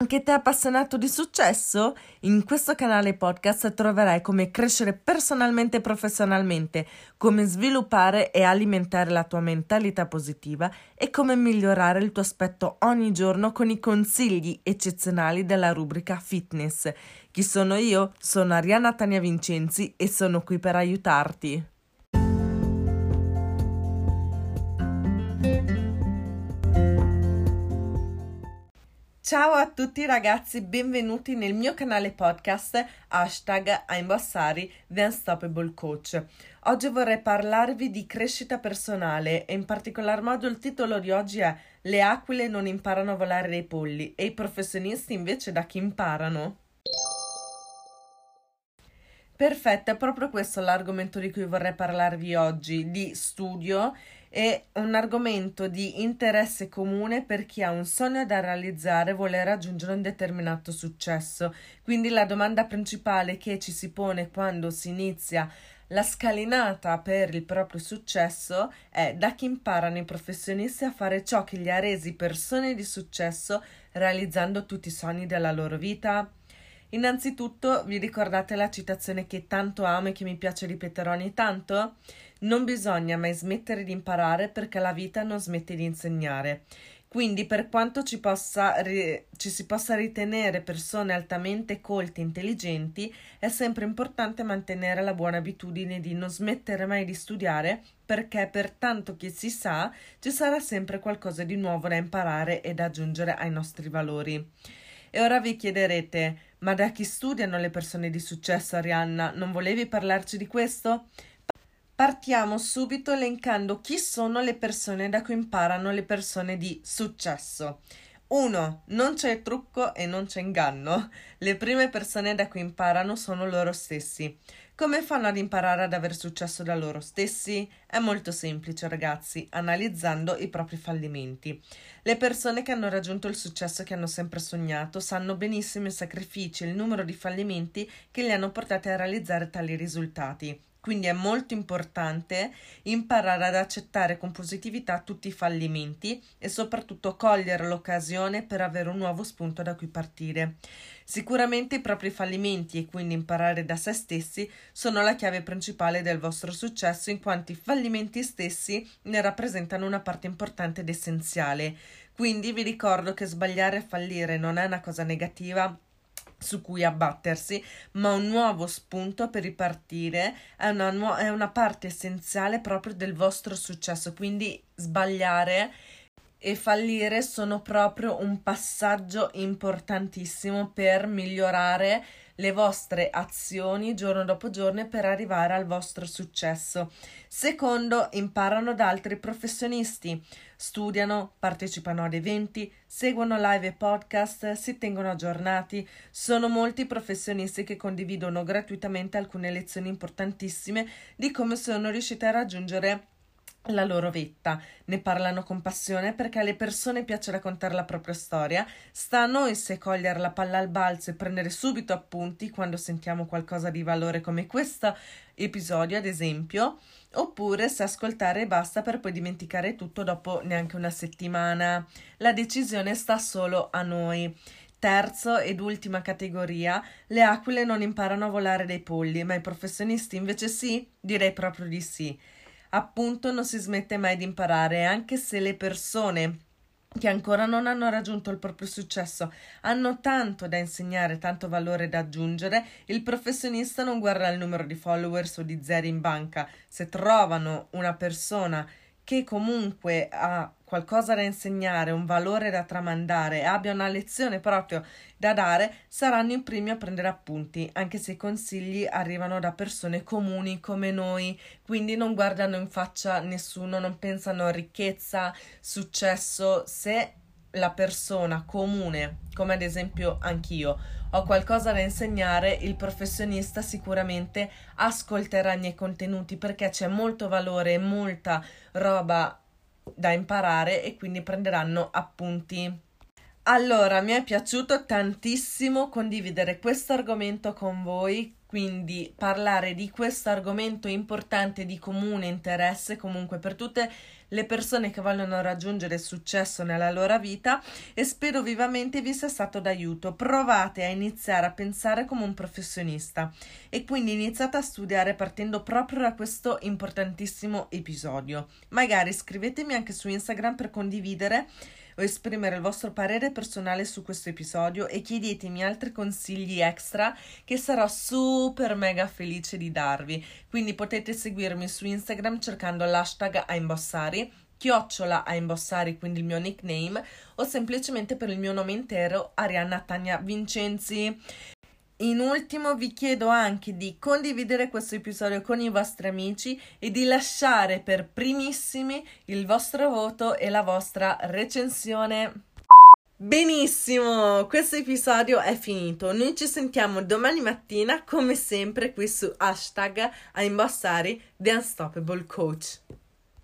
Anche te appassionato di successo? In questo canale podcast troverai come crescere personalmente e professionalmente, come sviluppare e alimentare la tua mentalità positiva e come migliorare il tuo aspetto ogni giorno con i consigli eccezionali della rubrica Fitness. Chi sono io? Sono Arianna Tania Vincenzi e sono qui per aiutarti. Ciao a tutti ragazzi, benvenuti nel mio canale podcast #Aimbossari The Unstoppable Coach. Oggi vorrei parlarvi di crescita personale e in particolar modo il titolo di oggi è Le aquile non imparano a volare dai polli e i professionisti invece da chi imparano? Perfetto, è proprio questo l'argomento di cui vorrei parlarvi oggi, di studio e un argomento di interesse comune per chi ha un sogno da realizzare e vuole raggiungere un determinato successo. Quindi la domanda principale che ci si pone quando si inizia la scalinata per il proprio successo è: da chi imparano i professionisti a fare ciò che li ha resi persone di successo realizzando tutti i sogni della loro vita? Innanzitutto, vi ricordate la citazione che tanto amo e che mi piace ripetere ogni tanto? Non bisogna mai smettere di imparare perché la vita non smette di insegnare. Quindi, per quanto ci si possa ritenere persone altamente colte e intelligenti, è sempre importante mantenere la buona abitudine di non smettere mai di studiare, perché per tanto che si sa, ci sarà sempre qualcosa di nuovo da imparare e da aggiungere ai nostri valori. E ora vi chiederete: ma da chi studiano le persone di successo, Arianna? Non volevi parlarci di questo? Partiamo subito elencando chi sono le persone da cui imparano le persone di successo. 1. Non c'è trucco e non c'è inganno. Le prime persone da cui imparano sono loro stessi. Come fanno ad imparare ad avere successo da loro stessi? È molto semplice, ragazzi, analizzando i propri fallimenti. Le persone che hanno raggiunto il successo che hanno sempre sognato sanno benissimo i sacrifici e il numero di fallimenti che li hanno portati a realizzare tali risultati. Quindi è molto importante imparare ad accettare con positività tutti i fallimenti e soprattutto cogliere l'occasione per avere un nuovo spunto da cui partire. Sicuramente i propri fallimenti e quindi imparare da se stessi sono la chiave principale del vostro successo, in quanto i fallimenti stessi ne rappresentano una parte importante ed essenziale. Quindi vi ricordo che sbagliare e fallire non è una cosa negativa su cui abbattersi, ma un nuovo spunto per ripartire, è una parte essenziale proprio del vostro successo. Quindi sbagliare e fallire sono proprio un passaggio importantissimo per migliorare le vostre azioni giorno dopo giorno per arrivare al vostro successo. Secondo, imparano da altri professionisti, studiano, partecipano ad eventi, seguono live e podcast, si tengono aggiornati. Sono molti professionisti che condividono gratuitamente alcune lezioni importantissime di come sono riusciti a raggiungere la loro vetta. Ne parlano con passione perché alle persone piace raccontare la propria storia. Sta a noi se cogliere la palla al balzo e prendere subito appunti quando sentiamo qualcosa di valore come questo episodio, ad esempio, oppure se ascoltare e basta per poi dimenticare tutto dopo neanche una settimana. La decisione sta solo a noi. Terzo ed ultima categoria: le aquile non imparano a volare dai polli, ma i professionisti invece sì? Direi proprio di sì. Appunto, non si smette mai di imparare, anche se le persone che ancora non hanno raggiunto il proprio successo hanno tanto da insegnare, tanto valore da aggiungere. Il professionista non guarda il numero di followers o di zeri in banca. Se trovano una persona che comunque ha qualcosa da insegnare, un valore da tramandare, abbia una lezione proprio da dare, saranno i primi a prendere appunti, anche se i consigli arrivano da persone comuni come noi. Quindi non guardano in faccia nessuno, non pensano a ricchezza, successo. Se la persona comune, come ad esempio anch'io, ho qualcosa da insegnare, il professionista sicuramente ascolterà i miei contenuti perché c'è molto valore e molta roba da imparare e quindi prenderanno appunti. Allora, mi è piaciuto tantissimo condividere questo argomento con voi, quindi parlare di questo argomento importante di comune interesse comunque per tutte le persone che vogliono raggiungere successo nella loro vita, e spero vivamente vi sia stato d'aiuto. Provate a iniziare a pensare come un professionista e quindi iniziate a studiare partendo proprio da questo importantissimo episodio. Magari scrivetemi anche su Instagram per condividere o esprimere il vostro parere personale su questo episodio e chiedetemi altri consigli extra che sarò super mega felice di darvi. Quindi potete seguirmi su Instagram cercando l'hashtag @aimbossari, @aimbossari, quindi il mio nickname, o semplicemente per il mio nome intero, Arianna Tania Vincenzi. In ultimo vi chiedo anche di condividere questo episodio con i vostri amici e di lasciare per primissimi il vostro voto e la vostra recensione. Benissimo, questo episodio è finito. Noi ci sentiamo domani mattina come sempre qui su #aimbossari, The Unstoppable Coach.